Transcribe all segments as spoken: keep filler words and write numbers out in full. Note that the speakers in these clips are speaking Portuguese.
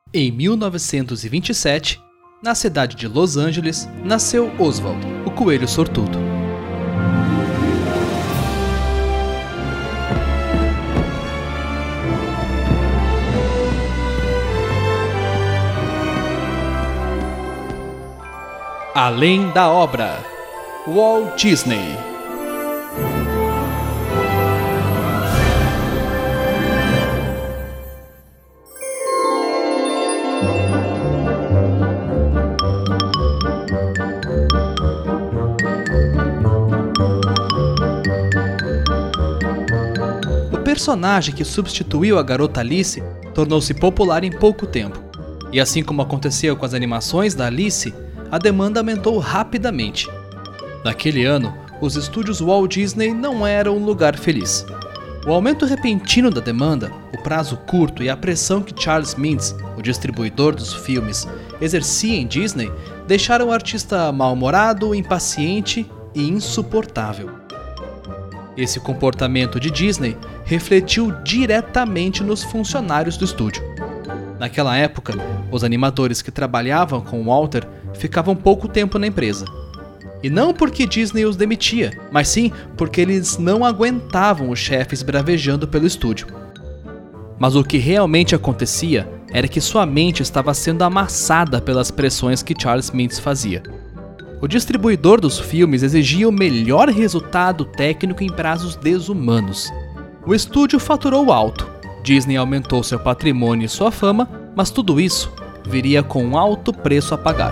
Em mil novecentos e vinte e sete, na cidade de Los Angeles, nasceu Oswald, o coelho sortudo. Além da obra, Walt Disney. O personagem que substituiu a garota Alice tornou-se popular em pouco tempo. E assim como aconteceu com as animações da Alice, a demanda aumentou rapidamente. Naquele ano, os estúdios Walt Disney não eram um lugar feliz. O aumento repentino da demanda, o prazo curto e a pressão que Charles Mintz, o distribuidor dos filmes, exercia em Disney, deixaram o artista mal-humorado, impaciente e insuportável. Esse comportamento de Disney refletiu diretamente nos funcionários do estúdio. Naquela época, os animadores que trabalhavam com Walter ficavam pouco tempo na empresa. E não porque Disney os demitia, mas sim porque eles não aguentavam os chefes bravejando pelo estúdio. Mas o que realmente acontecia era que sua mente estava sendo amassada pelas pressões que Charles Mintz fazia. O distribuidor dos filmes exigia o melhor resultado técnico em prazos desumanos. O estúdio faturou alto, Disney aumentou seu patrimônio e sua fama, mas tudo isso viria com um alto preço a pagar.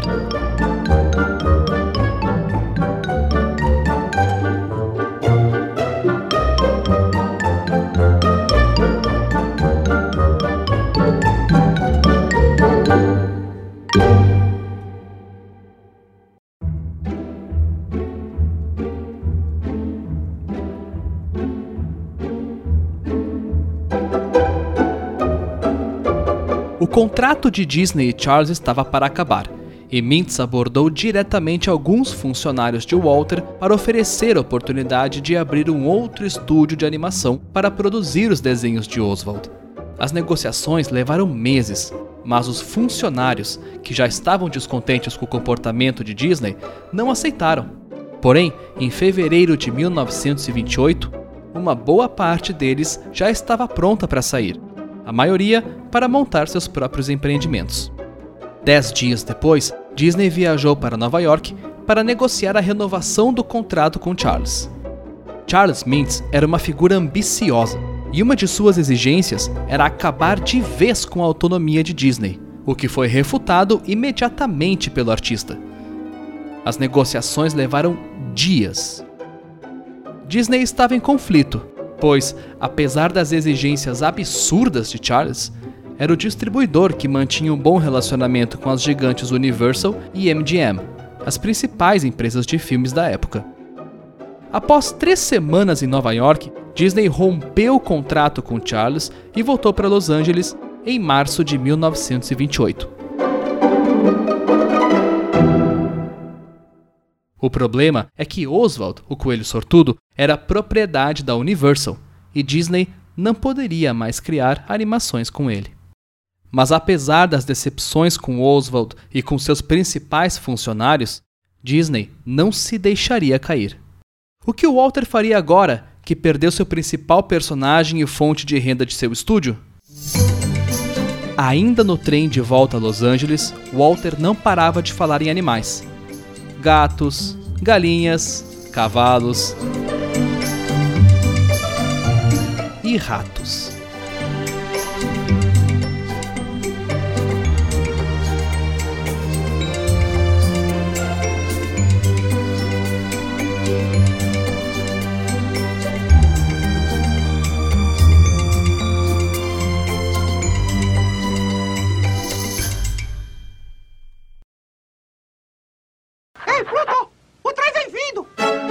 O contrato de Disney e Charles estava para acabar, e Mintz abordou diretamente alguns funcionários de Walter para oferecer a oportunidade de abrir um outro estúdio de animação para produzir os desenhos de Oswald. As negociações levaram meses, mas os funcionários, que já estavam descontentes com o comportamento de Disney, não aceitaram. Porém, em fevereiro de mil novecentos e vinte e oito, uma boa parte deles já estava pronta para sair. A maioria para montar seus próprios empreendimentos. Dez dias depois, Disney viajou para Nova York para negociar a renovação do contrato com Charles. Charles Mintz era uma figura ambiciosa, e uma de suas exigências era acabar de vez com a autonomia de Disney, o que foi refutado imediatamente pelo artista. As negociações levaram dias. Disney estava em conflito, pois, apesar das exigências absurdas de Charles, era o distribuidor que mantinha um bom relacionamento com as gigantes Universal e M G M, as principais empresas de filmes da época. Após três semanas em Nova York, Disney rompeu o contrato com Charles e voltou para Los Angeles em março de mil novecentos e vinte e oito. O problema é que Oswald, o coelho sortudo, era propriedade da Universal, e Disney não poderia mais criar animações com ele. Mas apesar das decepções com Oswald e com seus principais funcionários, Disney não se deixaria cair. O que o Walter faria agora, que perdeu seu principal personagem e fonte de renda de seu estúdio? Ainda no trem de volta a Los Angeles, Walter não parava de falar em animais. Gatos, galinhas, cavalos e ratos. Ei, Pluto! O trem vem vindo!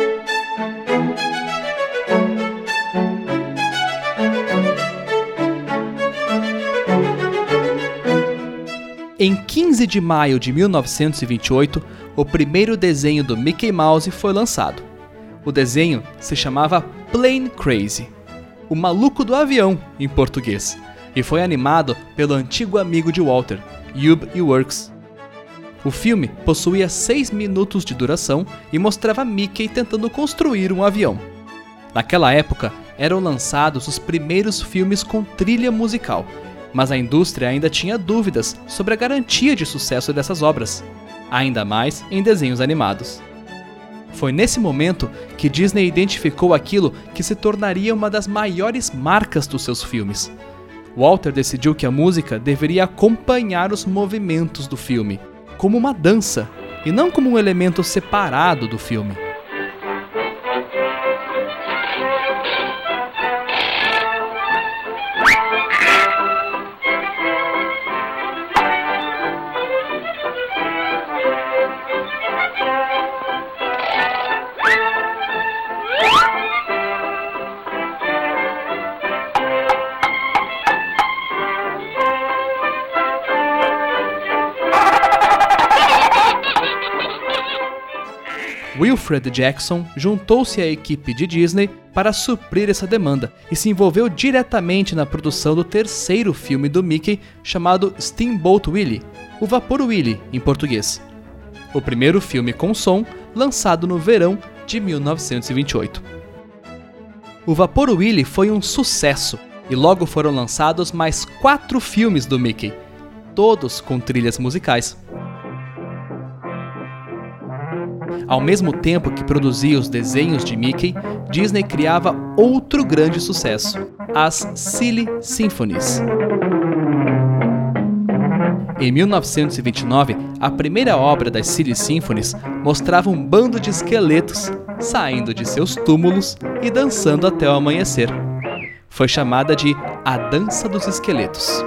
Em quinze de maio de mil novecentos e vinte e oito, o primeiro desenho do Mickey Mouse foi lançado. O desenho se chamava Plane Crazy, o maluco do avião em português, e foi animado pelo antigo amigo de Walter, Ub Iwerks. O filme possuía seis minutos de duração e mostrava Mickey tentando construir um avião. Naquela época, eram lançados os primeiros filmes com trilha musical, mas a indústria ainda tinha dúvidas sobre a garantia de sucesso dessas obras, ainda mais em desenhos animados. Foi nesse momento que Disney identificou aquilo que se tornaria uma das maiores marcas dos seus filmes. Walter decidiu que a música deveria acompanhar os movimentos do filme, como uma dança, e não como um elemento separado do filme. Wilfred Jackson juntou-se à equipe de Disney para suprir essa demanda e se envolveu diretamente na produção do terceiro filme do Mickey, chamado Steamboat Willie, o Vapor Willie em português. O primeiro filme com som, lançado no verão de mil novecentos e vinte e oito. O Vapor Willie foi um sucesso e logo foram lançados mais quatro filmes do Mickey, todos com trilhas musicais. Ao mesmo tempo que produzia os desenhos de Mickey, Disney criava outro grande sucesso, as Silly Symphonies. Em mil novecentos e vinte e nove, a primeira obra das Silly Symphonies mostrava um bando de esqueletos saindo de seus túmulos e dançando até o amanhecer. Foi chamada de A Dança dos Esqueletos.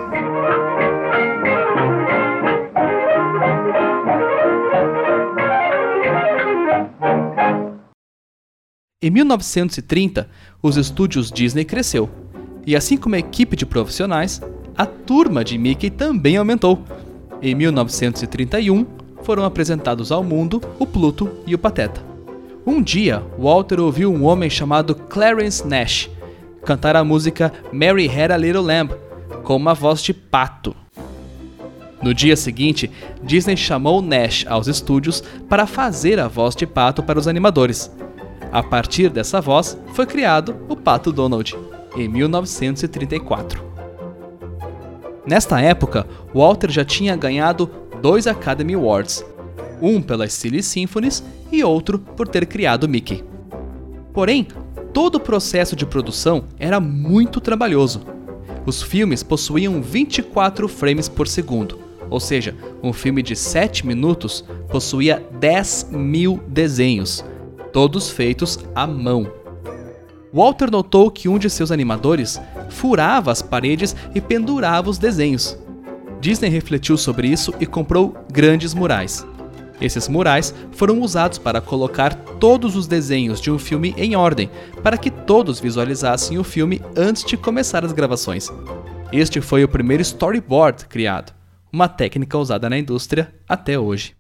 Em mil novecentos e trinta, os estúdios Disney cresceu, e assim como a equipe de profissionais, a turma de Mickey também aumentou. Em mil novecentos e trinta e um, foram apresentados ao mundo o Pluto e o Pateta. Um dia, Walter ouviu um homem chamado Clarence Nash cantar a música Mary Had a Little Lamb, com uma voz de pato. No dia seguinte, Disney chamou Nash aos estúdios para fazer a voz de pato para os animadores. A partir dessa voz, foi criado o Pato Donald, em mil novecentos e trinta e quatro. Nesta época, Walter já tinha ganhado dois Academy Awards, um pelas Silly Symphonies e outro por ter criado Mickey. Porém, todo o processo de produção era muito trabalhoso. Os filmes possuíam vinte e quatro frames por segundo, ou seja, um filme de sete minutos possuía dez mil desenhos, todos feitos à mão. Walter notou que um de seus animadores furava as paredes e pendurava os desenhos. Disney refletiu sobre isso e comprou grandes murais. Esses murais foram usados para colocar todos os desenhos de um filme em ordem, para que todos visualizassem o filme antes de começar as gravações. Este foi o primeiro storyboard criado, uma técnica usada na indústria até hoje.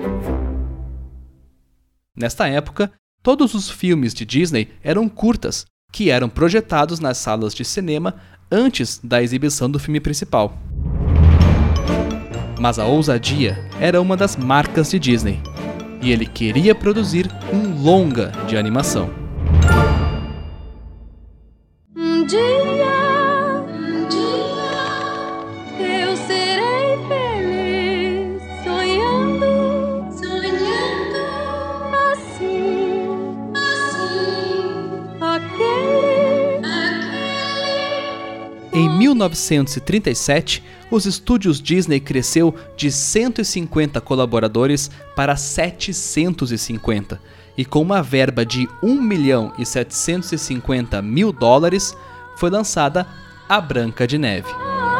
Nesta época, todos os filmes de Disney eram curtas, que eram projetados nas salas de cinema antes da exibição do filme principal. Mas a ousadia era uma das marcas de Disney, e ele queria produzir um longa de animação. Um dia, um dia, eu serei feliz, sonhando, sonhando, assim, assim, aquele, aquele. Em mil novecentos e trinta e sete, os estúdios Disney cresceu de cento e cinquenta colaboradores para setecentos e cinquenta, e com uma verba de um milhão e setecentos e cinquenta mil dólares, foi lançada A Branca de Neve.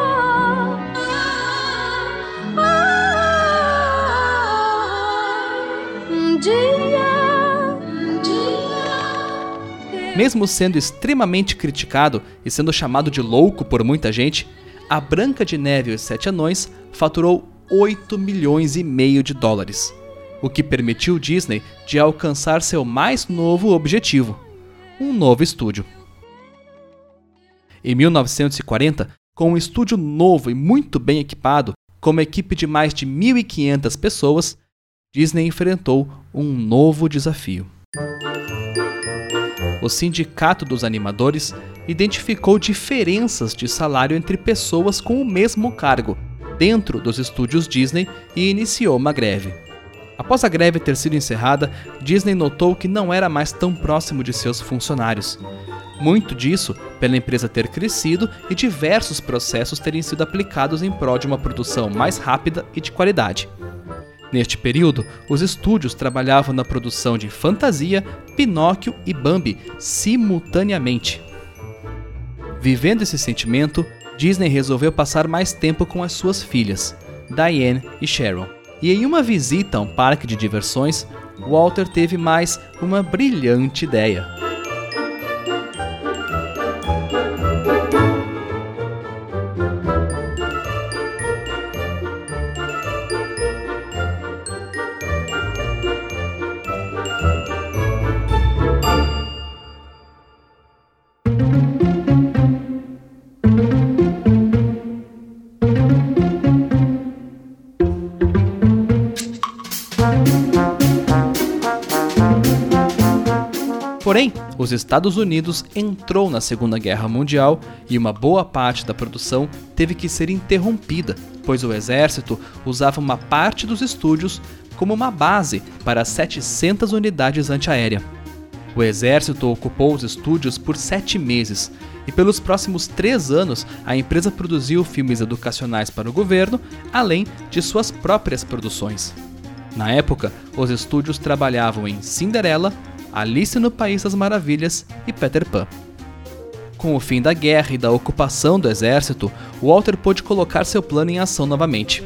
Um dia, um dia. Mesmo sendo extremamente criticado e sendo chamado de louco por muita gente, A Branca de Neve e os Sete Anões faturou oito milhões e meio de dólares, o que permitiu Disney de alcançar seu mais novo objetivo, um novo estúdio. Em mil novecentos e quarenta, Com um estúdio novo e muito bem equipado, com uma equipe de mais de mil e quinhentas pessoas, Disney enfrentou um novo desafio. O Sindicato dos Animadores identificou diferenças de salário entre pessoas com o mesmo cargo dentro dos estúdios Disney e iniciou uma greve. Após a greve ter sido encerrada, Disney notou que não era mais tão próximo de seus funcionários. Muito disso pela empresa ter crescido e diversos processos terem sido aplicados em prol de uma produção mais rápida e de qualidade. Neste período, os estúdios trabalhavam na produção de Fantasia, Pinóquio e Bambi simultaneamente. Vivendo esse sentimento, Disney resolveu passar mais tempo com as suas filhas, Diane e Sharon. E em uma visita a um parque de diversões, Walter teve mais uma brilhante ideia. Porém, os Estados Unidos entrou na Segunda Guerra Mundial e uma boa parte da produção teve que ser interrompida, pois o exército usava uma parte dos estúdios como uma base para setecentas unidades antiaéreas. O exército ocupou os estúdios por sete meses e pelos próximos três anos a empresa produziu filmes educacionais para o governo, além de suas próprias produções. Na época, os estúdios trabalhavam em Cinderela, Alice no País das Maravilhas e Peter Pan. Com o fim da guerra e da ocupação do exército, Walter pôde colocar seu plano em ação novamente.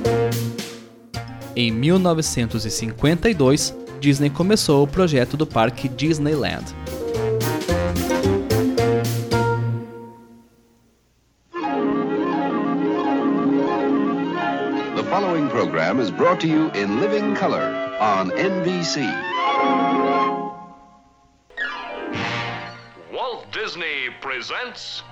Em mil novecentos e cinquenta e dois, Disney começou o projeto do parque Disneyland. The following program is brought to you in living color on N B C. Walt Disney presents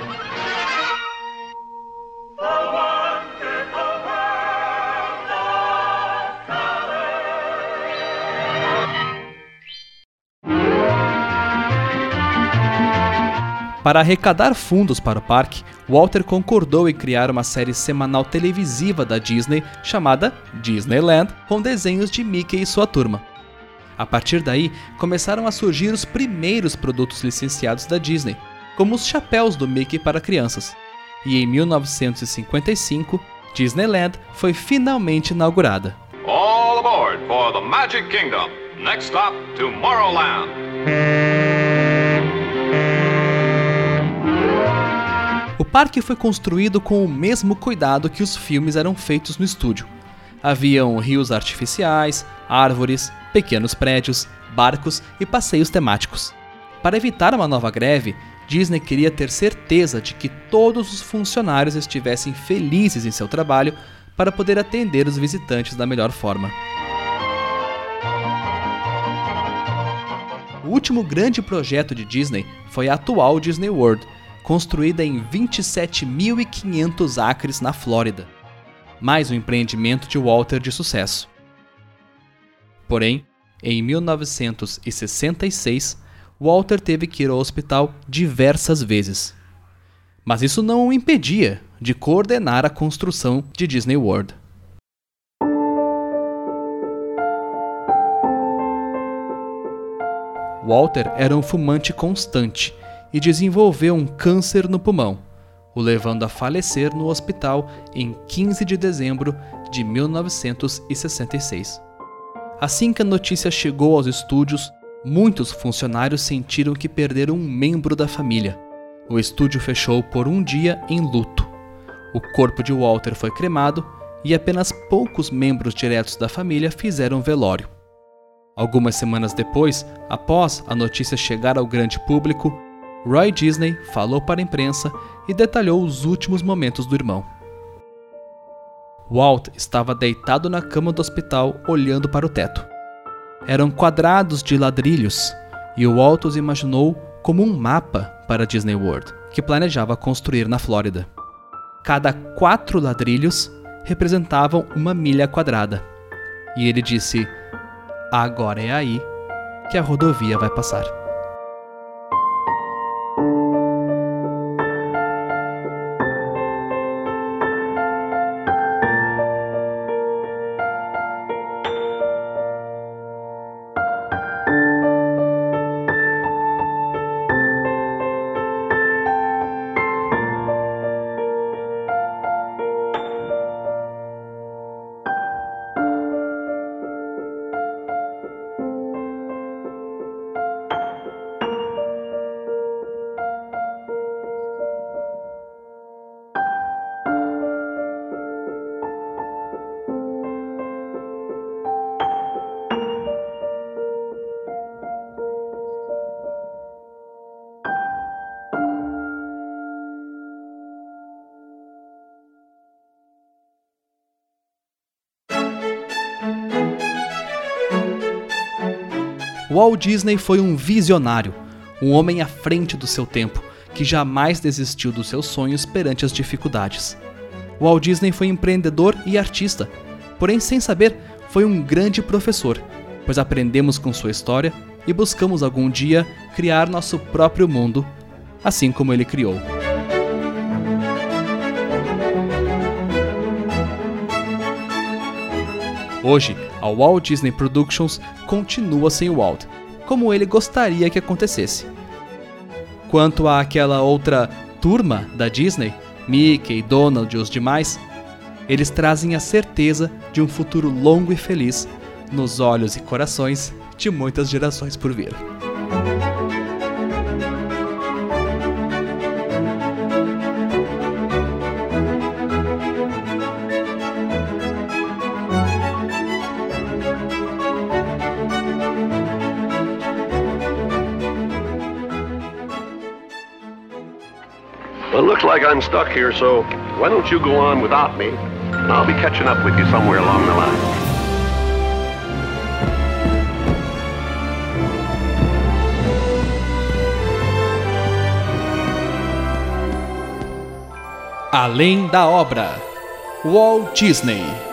Para arrecadar fundos para o parque, Walter concordou em criar uma série semanal televisiva da Disney chamada Disneyland, com desenhos de Mickey e sua turma. A partir daí, começaram a surgir os primeiros produtos licenciados da Disney, como os chapéus do Mickey para crianças. E em mil novecentos e cinquenta e cinco, Disneyland foi finalmente inaugurada. All aboard for the Magic Kingdom. Next stop, Tomorrowland. O parque foi construído com o mesmo cuidado que os filmes eram feitos no estúdio. Haviam rios artificiais, árvores, pequenos prédios, barcos e passeios temáticos. Para evitar uma nova greve, Disney queria ter certeza de que todos os funcionários estivessem felizes em seu trabalho para poder atender os visitantes da melhor forma. O último grande projeto de Disney foi a atual Disney World, construída em vinte e sete mil e quinhentos acres na Flórida. Mais um empreendimento de Walter de sucesso. Porém, em mil novecentos e sessenta e seis, Walter teve que ir ao hospital diversas vezes. Mas isso não o impedia de coordenar a construção de Disney World. Walter era um fumante constante e desenvolveu um câncer no pulmão, o levando a falecer no hospital em quinze de dezembro de mil novecentos e sessenta e seis. Assim que a notícia chegou aos estúdios, muitos funcionários sentiram que perderam um membro da família. O estúdio fechou por um dia em luto. O corpo de Walter foi cremado e apenas poucos membros diretos da família fizeram velório. Algumas semanas depois, após a notícia chegar ao grande público, Roy Disney falou para a imprensa e detalhou os últimos momentos do irmão. Walt estava deitado na cama do hospital olhando para o teto. Eram quadrados de ladrilhos e o Walt os imaginou como um mapa para Disney World, que planejava construir na Flórida. Cada quatro ladrilhos representavam uma milha quadrada. E ele disse: agora é aí que a rodovia vai passar. Walt Disney foi um visionário, um homem à frente do seu tempo, que jamais desistiu dos seus sonhos perante as dificuldades. Walt Disney foi empreendedor e artista, porém, sem saber, foi um grande professor, pois aprendemos com sua história e buscamos algum dia criar nosso próprio mundo, assim como ele criou. Hoje, a Walt Disney Productions continua sem o Walt, como ele gostaria que acontecesse. Quanto àquela outra turma da Disney, Mickey, Donald e os demais, eles trazem a certeza de um futuro longo e feliz nos olhos e corações de muitas gerações por vir. Well, it looks like I'm stuck here, so why don't you go on without me, and I'll be catching up with you somewhere along the line. Além da obra, Walt Disney.